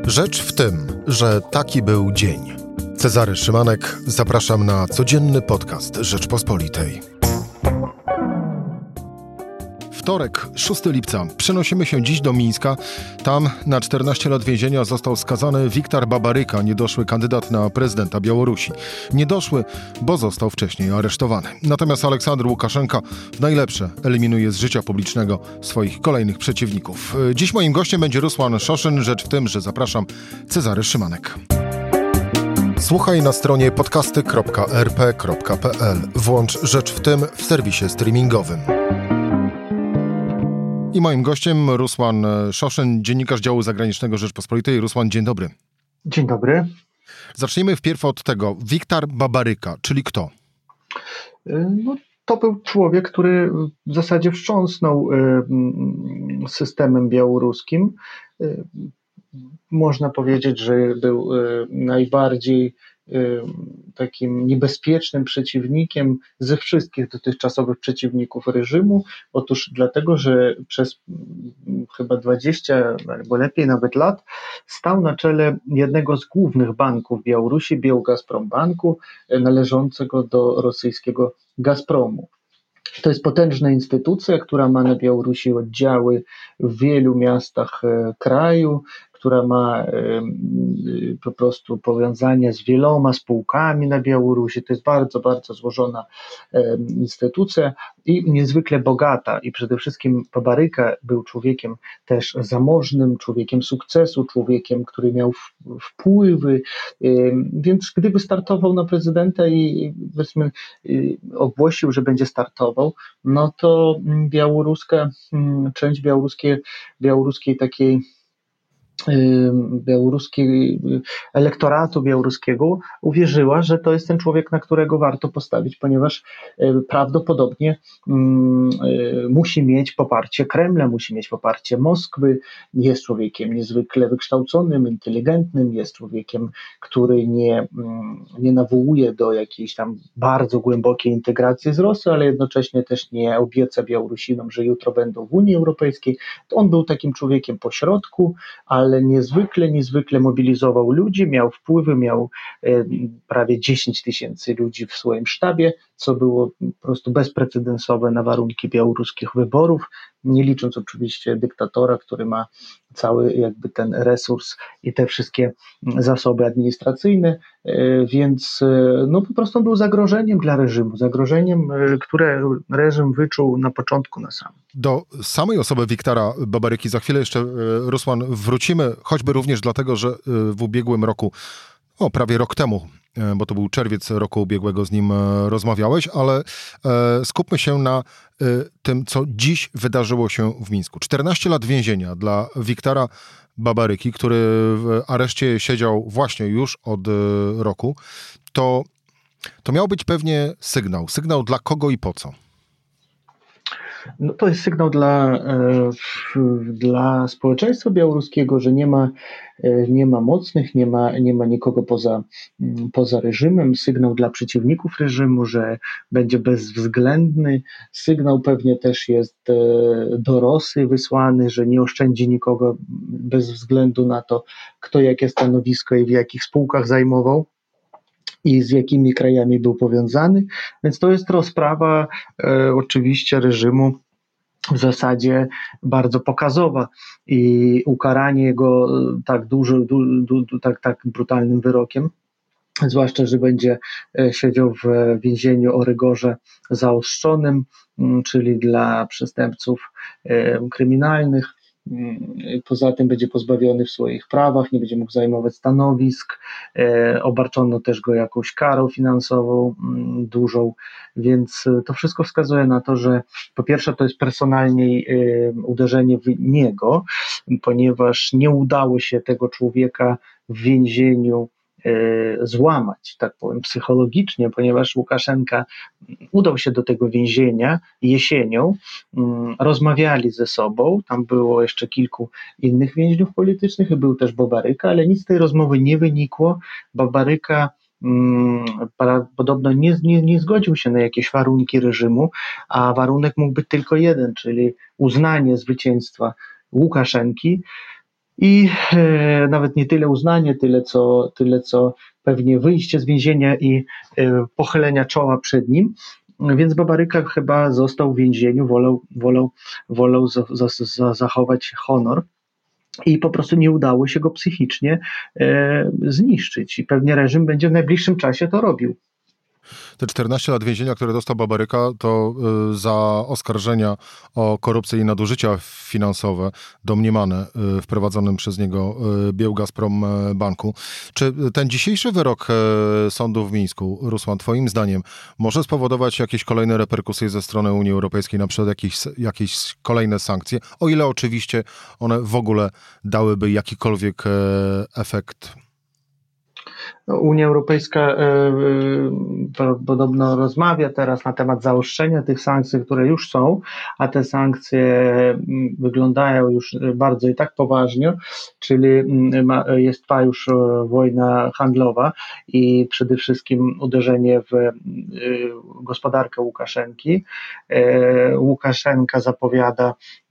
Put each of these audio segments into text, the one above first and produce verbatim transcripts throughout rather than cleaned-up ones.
Rzecz w tym, że taki był dzień. Cezary Szymanek, zapraszam na codzienny podcast Rzeczpospolitej. Wtorek, szóstego lipca. Przenosimy się dziś do Mińska. Tam na czternaście lat więzienia został skazany Wiktor Babaryka, niedoszły kandydat na prezydenta Białorusi. Niedoszły, bo został wcześniej aresztowany. Natomiast Aleksander Łukaszenka w najlepsze eliminuje z życia publicznego swoich kolejnych przeciwników. Dziś moim gościem będzie Rusłan Szoszyn. Rzecz w tym, że zapraszam Cezary Szymanek. Słuchaj na stronie podcasty kropka er pe kropka pe el. Włącz Rzecz w tym w serwisie streamingowym. I moim gościem Rusłan Szoszyn, dziennikarz działu zagranicznego Rzeczpospolitej. Rusłan, dzień dobry. Dzień dobry. Zacznijmy wpierw od tego. Wiktor Babaryka, czyli kto? No, to był człowiek, który w zasadzie wstrząsnął systemem białoruskim. Można powiedzieć, że był najbardziej takim niebezpiecznym przeciwnikiem ze wszystkich dotychczasowych przeciwników reżimu. Otóż dlatego, że przez chyba dwadzieścia albo lepiej nawet lat stał na czele jednego z głównych banków Białorusi, Białgazprombanku, należącego do rosyjskiego Gazpromu. To jest potężna instytucja, która ma na Białorusi oddziały w wielu miastach kraju, która ma po prostu powiązania z wieloma spółkami na Białorusi. To jest bardzo, bardzo złożona instytucja i niezwykle bogata. I przede wszystkim Babaryka był człowiekiem też zamożnym, człowiekiem sukcesu, człowiekiem, który miał wpływy. Więc gdyby startował na prezydenta i powiedzmy ogłosił, że będzie startował, no to białoruska, część białoruskiej, białoruskiej takiej białoruskiej elektoratu białoruskiego uwierzyła, że to jest ten człowiek, na którego warto postawić, ponieważ prawdopodobnie musi mieć poparcie Kremla, musi mieć poparcie Moskwy, jest człowiekiem niezwykle wykształconym, inteligentnym, jest człowiekiem, który nie, nie nawołuje do jakiejś tam bardzo głębokiej integracji z Rosją, ale jednocześnie też nie obieca Białorusinom, że jutro będą w Unii Europejskiej. To on był takim człowiekiem pośrodku, ale ale niezwykle, niezwykle mobilizował ludzi, miał wpływy, miał e, prawie dziesięć tysięcy ludzi w swoim sztabie, co było po prostu bezprecedensowe na warunki białoruskich wyborów, nie licząc oczywiście dyktatora, który ma cały jakby ten resurs i te wszystkie zasoby administracyjne, e, więc e, no po prostu był zagrożeniem dla reżimu, zagrożeniem, e, które reżim wyczuł na początku na sam. Do samej osoby Wiktora Babaryki za chwilę jeszcze, Rusłan, wrócimy, choćby również dlatego, że w ubiegłym roku, o prawie rok temu, bo to był czerwiec roku ubiegłego, z nim rozmawiałeś, ale skupmy się na tym, co dziś wydarzyło się w Mińsku. czternaście lat więzienia dla Wiktora Babaryki, który w areszcie siedział właśnie już od roku. To, to miał być pewnie sygnał. Sygnał dla kogo i po co? No to jest sygnał dla, dla społeczeństwa białoruskiego, że nie ma, nie ma mocnych, nie ma, nie ma nikogo poza, poza reżimem. Sygnał dla przeciwników reżimu, że będzie bezwzględny. Sygnał pewnie też jest do Rosji wysłany, że nie oszczędzi nikogo bez względu na to, kto jakie stanowisko i w jakich spółkach zajmował i z jakimi krajami był powiązany, więc to jest rozprawa e, oczywiście reżimu w zasadzie bardzo pokazowa i ukaranie go tak dużo, du, du, du, tak, tak brutalnym wyrokiem, zwłaszcza, że będzie siedział w więzieniu o rygorze zaostrzonym, czyli dla przestępców e, kryminalnych. Poza tym będzie pozbawiony w swoich prawach, nie będzie mógł zajmować stanowisk, e, obarczono też go jakąś karą finansową m, dużą, więc to wszystko wskazuje na to, że po pierwsze to jest personalnie e, uderzenie w niego, ponieważ nie udało się tego człowieka w więzieniu złamać, tak powiem, psychologicznie, ponieważ Łukaszenka udał się do tego więzienia jesienią, rozmawiali ze sobą, tam było jeszcze kilku innych więźniów politycznych i był też Babaryka, ale nic z tej rozmowy nie wynikło. Babaryka hmm, podobno nie, nie, nie zgodził się na jakieś warunki reżimu, a warunek mógł być tylko jeden, czyli uznanie zwycięstwa Łukaszenki. i e, nawet nie tyle uznanie, tyle co, tyle co pewnie wyjście z więzienia i e, pochylenia czoła przed nim. Więc Babaryka chyba został w więzieniu, wolał, wolał, wolał za, za, za zachować honor i po prostu nie udało się go psychicznie e, zniszczyć. I pewnie reżim będzie w najbliższym czasie to robił. Te czternaście lat więzienia, które dostał Babaryka, to y, za oskarżenia o korupcję i nadużycia finansowe domniemane y, wprowadzonym przez niego y, Białgazprom y, banku. Czy ten dzisiejszy wyrok y, sądu w Mińsku, Rusłan, twoim zdaniem może spowodować jakieś kolejne reperkusje ze strony Unii Europejskiej, na przykład jakieś, jakieś kolejne sankcje, o ile oczywiście one w ogóle dałyby jakikolwiek y, efekt? Unia Europejska e, e, podobno rozmawia teraz na temat zaostrzenia tych sankcji, które już są, a te sankcje wyglądają już bardzo i tak poważnie, czyli ma, jest trwa już wojna handlowa i przede wszystkim uderzenie w e, gospodarkę Łukaszenki. E, Łukaszenka zapowiada,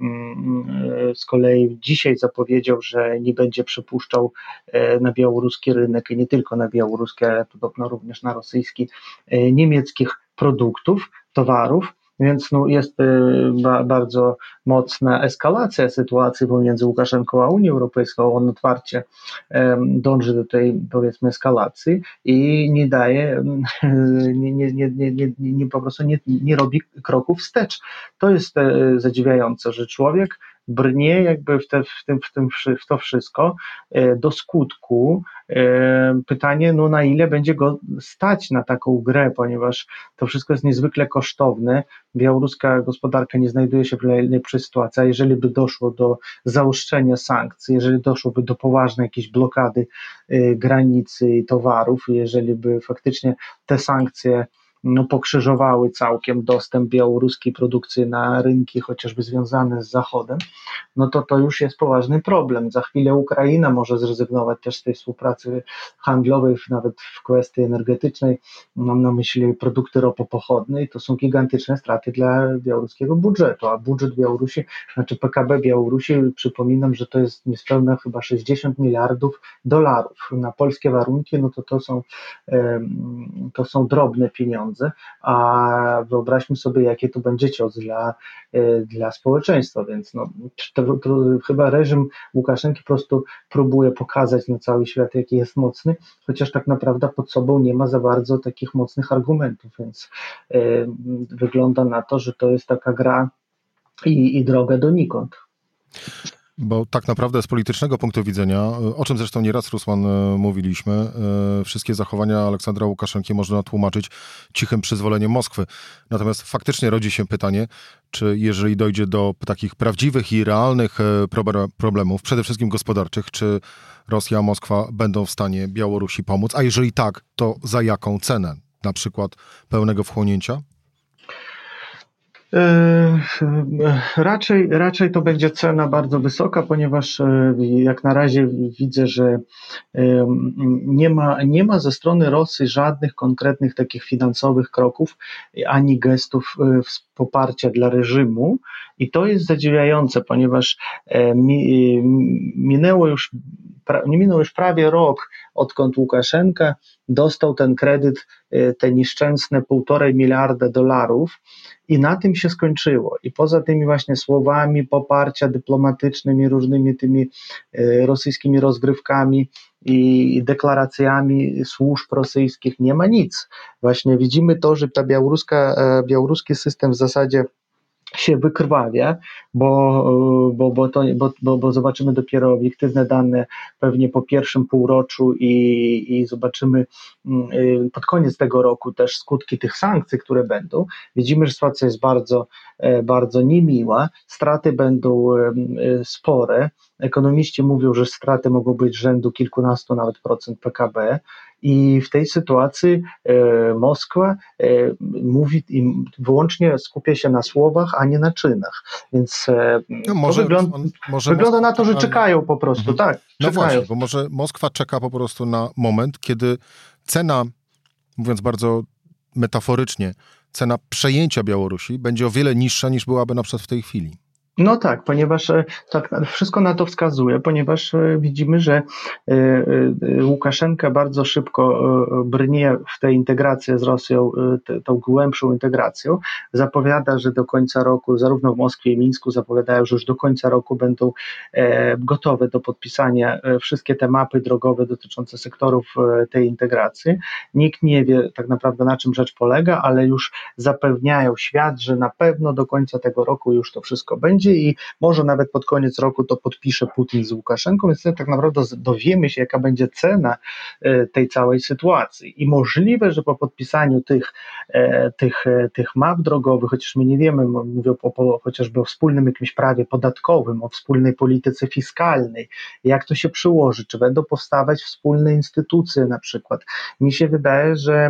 e, z kolei dzisiaj zapowiedział, że nie będzie przypuszczał e, na białoruski rynek i nie tylko na białoruskie, ale podobno również na rosyjski, e, niemieckich produktów, towarów, więc no, jest e, ba, bardzo mocna eskalacja sytuacji pomiędzy Łukaszenką a Unią Europejską. On otwarcie e, dąży do tej, powiedzmy, eskalacji i nie daje, e, nie, nie, nie, nie, nie, nie, po prostu nie, nie robi kroków wstecz. To jest e, zadziwiające, że człowiek brnie jakby w, te, w, tym, w, tym, w to wszystko e, do skutku. E, pytanie, no na ile będzie go stać na taką grę, ponieważ to wszystko jest niezwykle kosztowne. Białoruska gospodarka nie znajduje się w najlepszej sytuacji, a jeżeli by doszło do zaostrzenia sankcji, jeżeli doszłoby do poważnej jakiejś blokady e, granicy i towarów, jeżeli by faktycznie te sankcje no, pokrzyżowały całkiem dostęp białoruskiej produkcji na rynki, chociażby związane z Zachodem, no to to już jest poważny problem. Za chwilę Ukraina może zrezygnować też z tej współpracy handlowej, nawet w kwestii energetycznej. Mam na myśli produkty ropopochodne i to są gigantyczne straty dla białoruskiego budżetu, a budżet Białorusi, znaczy P K B Białorusi, przypominam, że to jest niespełna chyba sześćdziesiąt miliardów dolarów. Na polskie warunki, no to to są, to są drobne pieniądze, a wyobraźmy sobie, jakie to będzie cios dla, dla społeczeństwa, więc no, to, to chyba reżim Łukaszenki po prostu próbuje pokazać na cały świat, jaki jest mocny, chociaż tak naprawdę pod sobą nie ma za bardzo takich mocnych argumentów, więc y, wygląda na to, że to jest taka gra i, i droga donikąd. Bo tak naprawdę z politycznego punktu widzenia, o czym zresztą nieraz, Rusłan, mówiliśmy, wszystkie zachowania Aleksandra Łukaszenki można tłumaczyć cichym przyzwoleniem Moskwy. Natomiast faktycznie rodzi się pytanie, czy jeżeli dojdzie do takich prawdziwych i realnych problemów, przede wszystkim gospodarczych, czy Rosja, Moskwa będą w stanie Białorusi pomóc? A jeżeli tak, to za jaką cenę? Na przykład pełnego wchłonięcia? Raczej, raczej to będzie cena bardzo wysoka, ponieważ jak na razie widzę, że nie ma, nie ma ze strony Rosji żadnych konkretnych takich finansowych kroków ani gestów poparcia dla reżimu i to jest zadziwiające, ponieważ minęło już, minął już prawie rok, odkąd Łukaszenka dostał ten kredyt, te nieszczęsne półtorej miliarda dolarów i na tym się skończyło. I poza tymi właśnie słowami poparcia dyplomatycznymi, różnymi tymi rosyjskimi rozgrywkami i deklaracjami służb rosyjskich nie ma nic. Właśnie widzimy to, że ta białoruska, białoruski system w zasadzie się wykrwawia, bo, bo, bo, to, bo, bo, bo zobaczymy dopiero obiektywne dane pewnie po pierwszym półroczu i, i zobaczymy pod koniec tego roku też skutki tych sankcji, które będą. Widzimy, że sytuacja jest bardzo, bardzo niemiła, straty będą spore. Ekonomiści mówią, że straty mogą być rzędu kilkunastu nawet procent P K B. I w tej sytuacji e, Moskwa e, mówi i wyłącznie skupia się na słowach, a nie na czynach. Więc e, no może, to wygląda, on, może wygląda Moskwa na to, że czeka... czekają po prostu, mhm. tak. No czekają. właśnie, bo może Moskwa czeka po prostu na moment, kiedy cena, mówiąc bardzo metaforycznie, cena przejęcia Białorusi będzie o wiele niższa niż byłaby na przykład w tej chwili. No tak, ponieważ e, tak wszystko na to wskazuje, ponieważ e, widzimy, że e, e, Łukaszenka bardzo szybko e, brnie w tę integrację z Rosją, e, te- tą głębszą integracją. Zapowiada, że do końca roku, zarówno w Moskwie i Mińsku zapowiadają, że już do końca roku będą e, gotowe do podpisania e, wszystkie te mapy drogowe dotyczące sektorów e, tej integracji. Nikt nie wie tak naprawdę, na czym rzecz polega, ale już zapewniają świat, że na pewno do końca tego roku już to wszystko będzie i może nawet pod koniec roku to podpisze Putin z Łukaszenką, więc tak naprawdę dowiemy się, jaka będzie cena e, tej całej sytuacji. I możliwe, że po podpisaniu tych, e, tych, e, tych map drogowych, chociaż my nie wiemy, mówię o, o, chociażby o wspólnym jakimś prawie podatkowym, o wspólnej polityce fiskalnej, jak to się przyłoży, czy będą powstawać wspólne instytucje na przykład. Mi się wydaje, że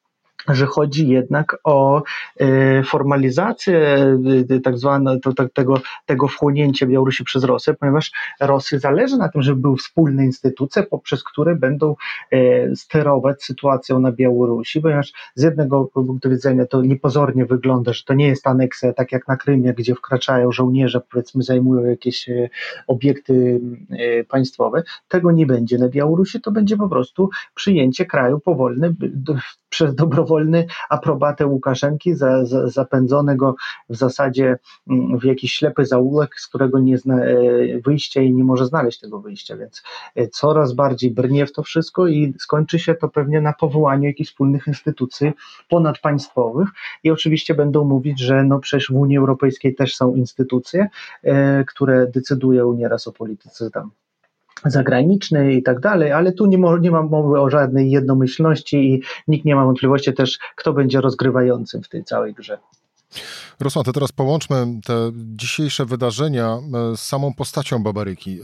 że chodzi jednak o e, formalizację e, tak zwane, to, to, tego, tego wchłonięcia Białorusi przez Rosję, ponieważ Rosji zależy na tym, żeby były wspólne instytucje, poprzez które będą e, sterować sytuacją na Białorusi, ponieważ z jednego punktu widzenia to niepozornie wygląda, że to nie jest aneksja tak jak na Krymie, gdzie wkraczają żołnierze, powiedzmy zajmują jakieś e, obiekty e, państwowe. Tego nie będzie na Białorusi, to będzie po prostu przyjęcie kraju powolne do, przez dobrowolny aprobatę Łukaszenki, za, za, zapędzonego w zasadzie w jakiś ślepy zaułek, z którego nie zna wyjścia i nie może znaleźć tego wyjścia, więc coraz bardziej brnie w to wszystko i skończy się to pewnie na powołaniu jakichś wspólnych instytucji ponadpaństwowych i oczywiście będą mówić, że no przecież w Unii Europejskiej też są instytucje, e, które decydują nieraz o polityce tam zagranicznej i tak dalej, ale tu nie, mo, nie ma mowy o żadnej jednomyślności i nikt nie ma wątpliwości też, kto będzie rozgrywającym w tej całej grze. Ruslan, to teraz połączmy te dzisiejsze wydarzenia z samą postacią Babaryki.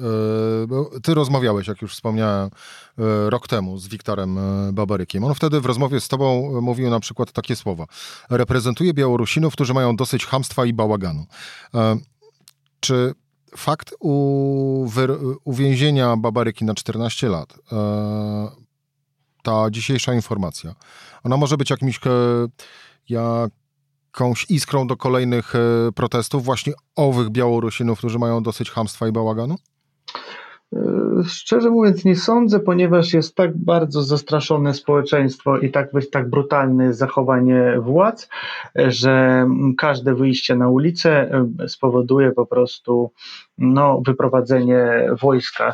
Ty rozmawiałeś, jak już wspomniałem, rok temu z Wiktorem Babarykiem. On wtedy w rozmowie z tobą mówił na przykład takie słowa. Reprezentuje Białorusinów, którzy mają dosyć chamstwa i bałaganu. Czy fakt uwięzienia Babaryki na czternaście lat, ta dzisiejsza informacja, ona może być jakimś jak jakąś iskrą do kolejnych protestów właśnie owych Białorusinów, którzy mają dosyć chamstwa i bałaganu? Szczerze mówiąc nie sądzę, ponieważ jest tak bardzo zastraszone społeczeństwo i tak, tak brutalne zachowanie władz, że każde wyjście na ulicę spowoduje po prostu no, wyprowadzenie wojska,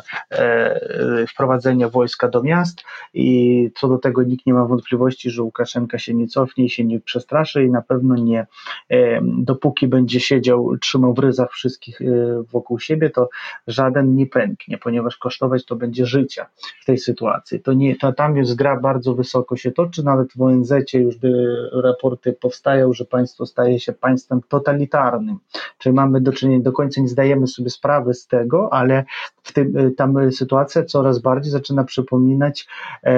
e, wprowadzenie wojska do miast i co do tego nikt nie ma wątpliwości, że Łukaszenka się nie cofnie i się nie przestraszy i na pewno nie, e, dopóki będzie siedział, trzymał w ryzach wszystkich e, wokół siebie, to żaden nie pęknie, ponieważ kosztować to będzie życia w tej sytuacji. To nie, to tam jest gra bardzo wysoko się toczy, nawet w O N Z-cie już raporty powstają, że państwo staje się państwem totalitarnym, czyli mamy do czynienia, do końca nie zdajemy sobie sprawy z tego, ale w tym, tam sytuacja coraz bardziej zaczyna przypominać,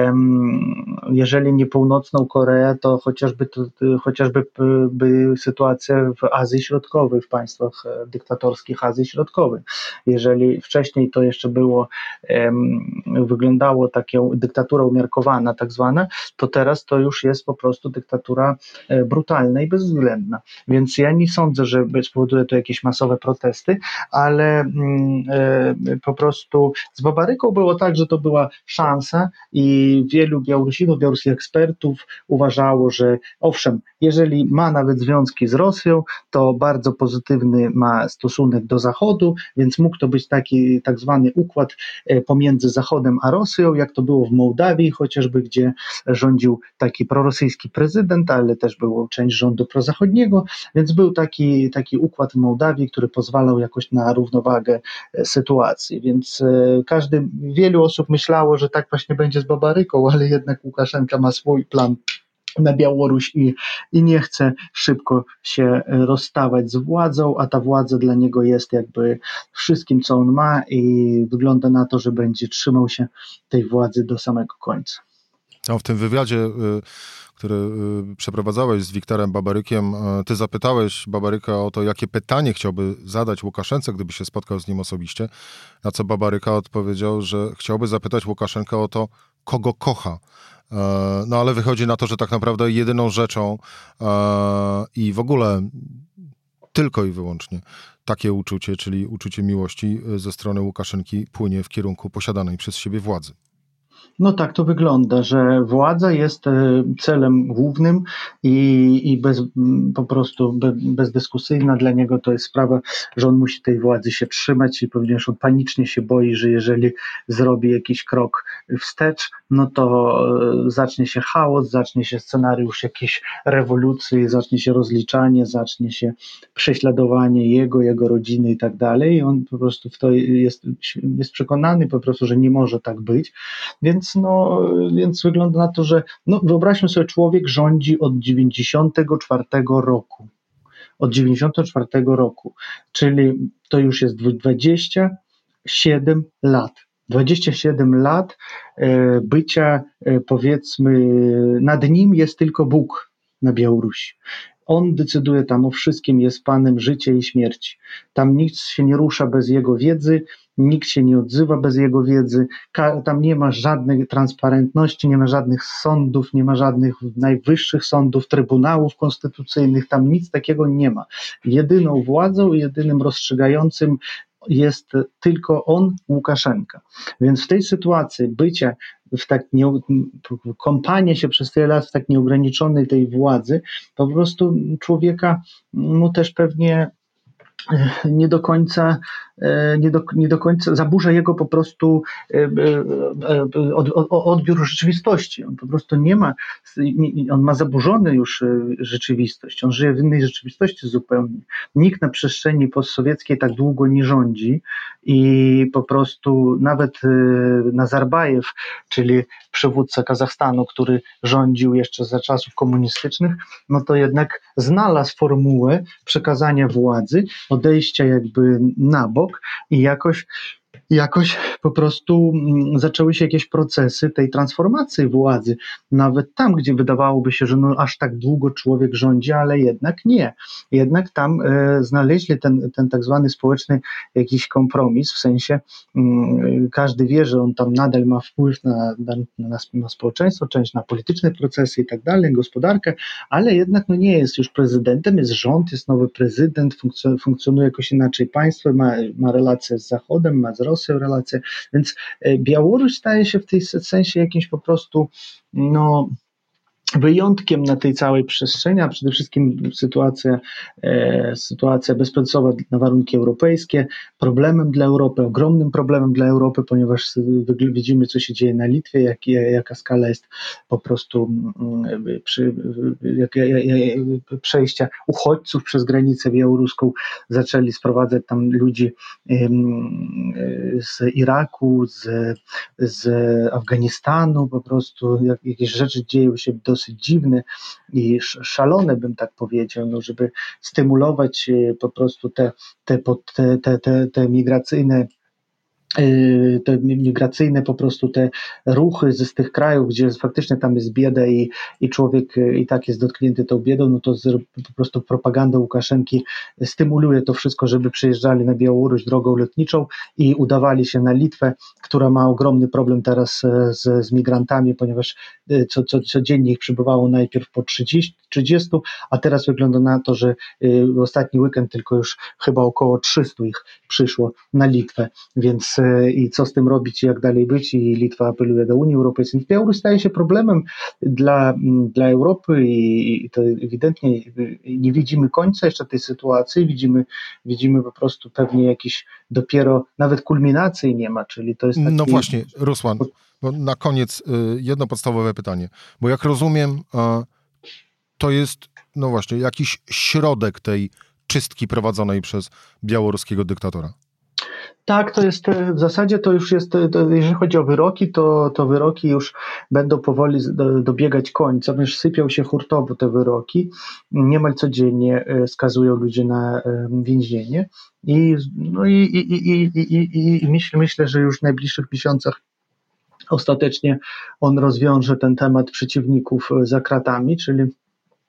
um, jeżeli nie północną Koreę, to chociażby, to, chociażby by sytuacja w Azji Środkowej, w państwach dyktatorskich Azji Środkowej. Jeżeli wcześniej to jeszcze było, um, wyglądało taką dyktaturą umiarkowana tak zwana, to teraz to już jest po prostu dyktatura brutalna i bezwzględna. Więc ja nie sądzę, że spowoduje to jakieś masowe protesty, ale e, po prostu z Babaryką było tak, że to była szansa i wielu Białorusinów, białoruskich ekspertów uważało, że owszem, jeżeli ma nawet związki z Rosją, to bardzo pozytywny ma stosunek do Zachodu, więc mógł to być taki tak zwany układ pomiędzy Zachodem a Rosją, jak to było w Mołdawii chociażby, gdzie rządził taki prorosyjski prezydent, ale też było część rządu prozachodniego, więc był taki, taki układ w Mołdawii, który pozwalał jakoś na równowagę sytuacji, więc każdy, wielu osób myślało, że tak właśnie będzie z Babaryką, ale jednak Łukaszenka ma swój plan na Białoruś i, i nie chce szybko się rozstawać z władzą, a ta władza dla niego jest jakby wszystkim, co on ma i wygląda na to, że będzie trzymał się tej władzy do samego końca. No, w tym wywiadzie, który przeprowadzałeś z Wiktorem Babarykiem, ty zapytałeś Babaryka o to, jakie pytanie chciałby zadać Łukaszence, gdyby się spotkał z nim osobiście, na co Babaryka odpowiedział, że chciałby zapytać Łukaszenkę o to, kogo kocha. No ale wychodzi na to, że tak naprawdę jedyną rzeczą i w ogóle tylko i wyłącznie takie uczucie, czyli uczucie miłości ze strony Łukaszenki płynie w kierunku posiadanej przez siebie władzy. No tak to wygląda, że władza jest celem głównym i, i bez, po prostu be, bezdyskusyjna dla niego to jest sprawa, że on musi tej władzy się trzymać i ponieważ on panicznie się boi, że jeżeli zrobi jakiś krok wstecz, no to zacznie się chaos, zacznie się scenariusz jakiejś rewolucji, zacznie się rozliczanie, zacznie się prześladowanie jego, jego rodziny i tak dalej. I on po prostu w to jest, jest przekonany po prostu, że nie może tak być. Więc, no, więc wygląda na to, że no, wyobraźmy sobie, człowiek rządzi od dziewięćdziesiątego czwartego roku. Od dziewięćdziesiątego czwartego roku, czyli to już jest dwadzieścia siedem lat. dwadzieścia siedem lat e, bycia, e, powiedzmy, nad nim jest tylko Bóg na Białorusi. On decyduje tam o wszystkim, jest panem życia i śmierci. Tam nic się nie rusza bez jego wiedzy, nikt się nie odzywa bez jego wiedzy, tam nie ma żadnej transparentności, nie ma żadnych sądów, nie ma żadnych najwyższych sądów, trybunałów konstytucyjnych, tam nic takiego nie ma. Jedyną władzą, jedynym rozstrzygającym jest tylko on, Łukaszenka. Więc w tej sytuacji bycia w tak nie, kąpanie się przez tyle lat w tak nieograniczonej tej władzy, po prostu człowieka no też pewnie nie do końca, nie do, nie do końca zaburza jego po prostu od, od, odbiór rzeczywistości. On po prostu nie ma, on ma zaburzony już rzeczywistość, on żyje w innej rzeczywistości zupełnie. Nikt na przestrzeni postsowieckiej tak długo nie rządzi i po prostu nawet Nazarbajew, czyli przywódca Kazachstanu, który rządził jeszcze za czasów komunistycznych, no to jednak znalazł formułę przekazania władzy, odejścia jakby na bok i jakoś, jakoś po prostu zaczęły się jakieś procesy tej transformacji władzy, nawet tam, gdzie wydawałoby się, że no aż tak długo człowiek rządzi, ale jednak nie. Jednak tam e, znaleźli ten, ten tak zwany społeczny jakiś kompromis, w sensie mm, każdy wie, że on tam nadal ma wpływ na, na, na, na społeczeństwo, część na polityczne procesy i tak dalej, gospodarkę, ale jednak no nie jest już prezydentem, jest rząd, jest nowy prezydent, funkcjon- funkcjonuje jakoś inaczej państwo, ma, ma relacje z Zachodem, ma z Rosją relacje, więc Białoruś staje się w tej sensie jakimś po prostu no wyjątkiem na tej całej przestrzeni, a przede wszystkim sytuacja, e, sytuacja bezprecedensowa na warunki europejskie, problemem dla Europy, ogromnym problemem dla Europy, ponieważ widzimy, co się dzieje na Litwie, jak, jaka skala jest po prostu mm, przy, jak, jak, jak, przejścia uchodźców przez granicę białoruską. Zaczęli sprowadzać tam ludzi ym, z Iraku, z, z Afganistanu, po prostu jak, jakieś rzeczy dzieją się dosyć dziwne i szalone, bym tak powiedział, no, żeby stymulować po prostu te, te, te, te, te, te migracyjne te migracyjne po prostu te ruchy z, z tych krajów, gdzie faktycznie tam jest bieda i, i człowiek i tak jest dotknięty tą biedą, no to z, po prostu propaganda Łukaszenki stymuluje to wszystko, żeby przyjeżdżali na Białoruś drogą lotniczą i udawali się na Litwę, która ma ogromny problem teraz z, z migrantami, ponieważ co, co, codziennie ich przybywało najpierw po trzydzieści, trzydzieści, a teraz wygląda na to, że w ostatni weekend tylko już chyba około trzysta ich przyszło na Litwę, więc i co z tym robić i jak dalej być, i Litwa apeluje do Unii Europejskiej. Białoruś staje się problemem dla, dla Europy i, i to ewidentnie nie widzimy końca jeszcze tej sytuacji, widzimy, widzimy po prostu pewnie jakiś dopiero nawet kulminacji nie ma, czyli to jest taki... No właśnie, Rusłan, bo na koniec jedno podstawowe pytanie, bo jak rozumiem, to jest no właśnie jakiś środek tej czystki prowadzonej przez białoruskiego dyktatora. Tak, to jest w zasadzie to już jest, to jeżeli chodzi o wyroki, to, to wyroki już będą powoli do, dobiegać końca, ponieważ sypią się hurtowo te wyroki, niemal codziennie skazują ludzie na więzienie i, no i, i, i, i, i, i myślę, myślę, że już w najbliższych miesiącach ostatecznie on rozwiąże ten temat przeciwników za kratami, czyli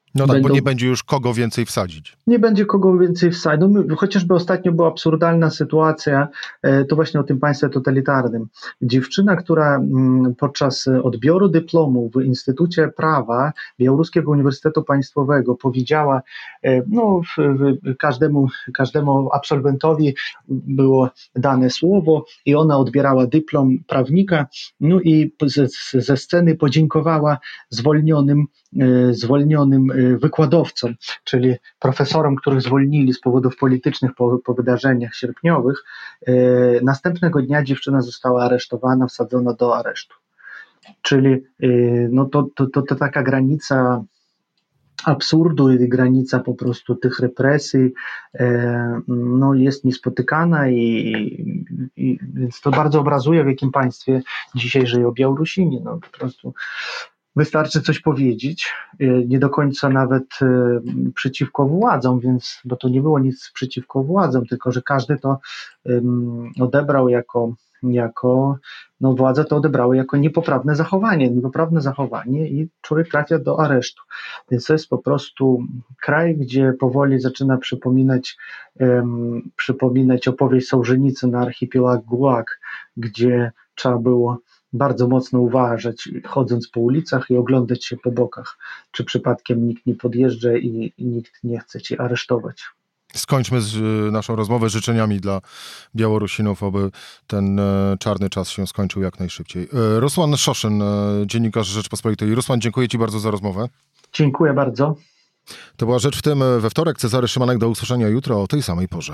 No tak, będą... bo nie będzie już kogo więcej wsadzić. Nie będzie kogo więcej wsadzić. No, chociażby ostatnio była absurdalna sytuacja, to właśnie o tym państwie totalitarnym. Dziewczyna, która podczas odbioru dyplomu w Instytucie Prawa Białoruskiego Uniwersytetu Państwowego powiedziała, no każdemu, każdemu absolwentowi było dane słowo i ona odbierała dyplom prawnika, no i ze, ze sceny podziękowała zwolnionym, zwolnionym wykładowcom, czyli profesorom, których zwolnili z powodów politycznych po, po wydarzeniach sierpniowych. E, następnego dnia dziewczyna została aresztowana, wsadzona do aresztu. Czyli e, no to, to, to, to taka granica absurdu i granica po prostu tych represji e, no jest niespotykana i, i więc to bardzo obrazuje, w jakim państwie dzisiaj żyją Białorusini. No po prostu wystarczy coś powiedzieć, nie do końca nawet przeciwko władzom, więc, bo to nie było nic przeciwko władzom, tylko że każdy to um, odebrał jako, jako no władze to odebrały jako niepoprawne zachowanie, niepoprawne zachowanie i człowiek trafia do aresztu. Więc to jest po prostu kraj, gdzie powoli zaczyna przypominać, um, przypominać opowieść Sołżenicy na archipelag Gulag, gdzie trzeba było bardzo mocno uważać, chodząc po ulicach i oglądać się po bokach, czy przypadkiem nikt nie podjeżdża i, i nikt nie chce cię aresztować. Skończmy z naszą rozmowę życzeniami dla Białorusinów, aby ten czarny czas się skończył jak najszybciej. Rusłan Szoszyn, dziennikarz Rzeczpospolitej. Rusłan, dziękuję Ci bardzo za rozmowę. Dziękuję bardzo. To była Rzecz w tym we wtorek. Cezary Szymanek, do usłyszenia jutro o tej samej porze.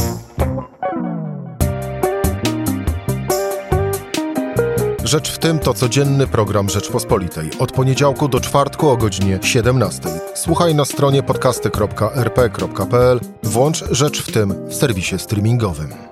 Rzecz w tym to codzienny program Rzeczpospolitej. Od poniedziałku do czwartku o godzinie siedemnastej. Słuchaj na stronie podcasty kropka er pe kropka pe el. Włącz Rzecz w tym w serwisie streamingowym.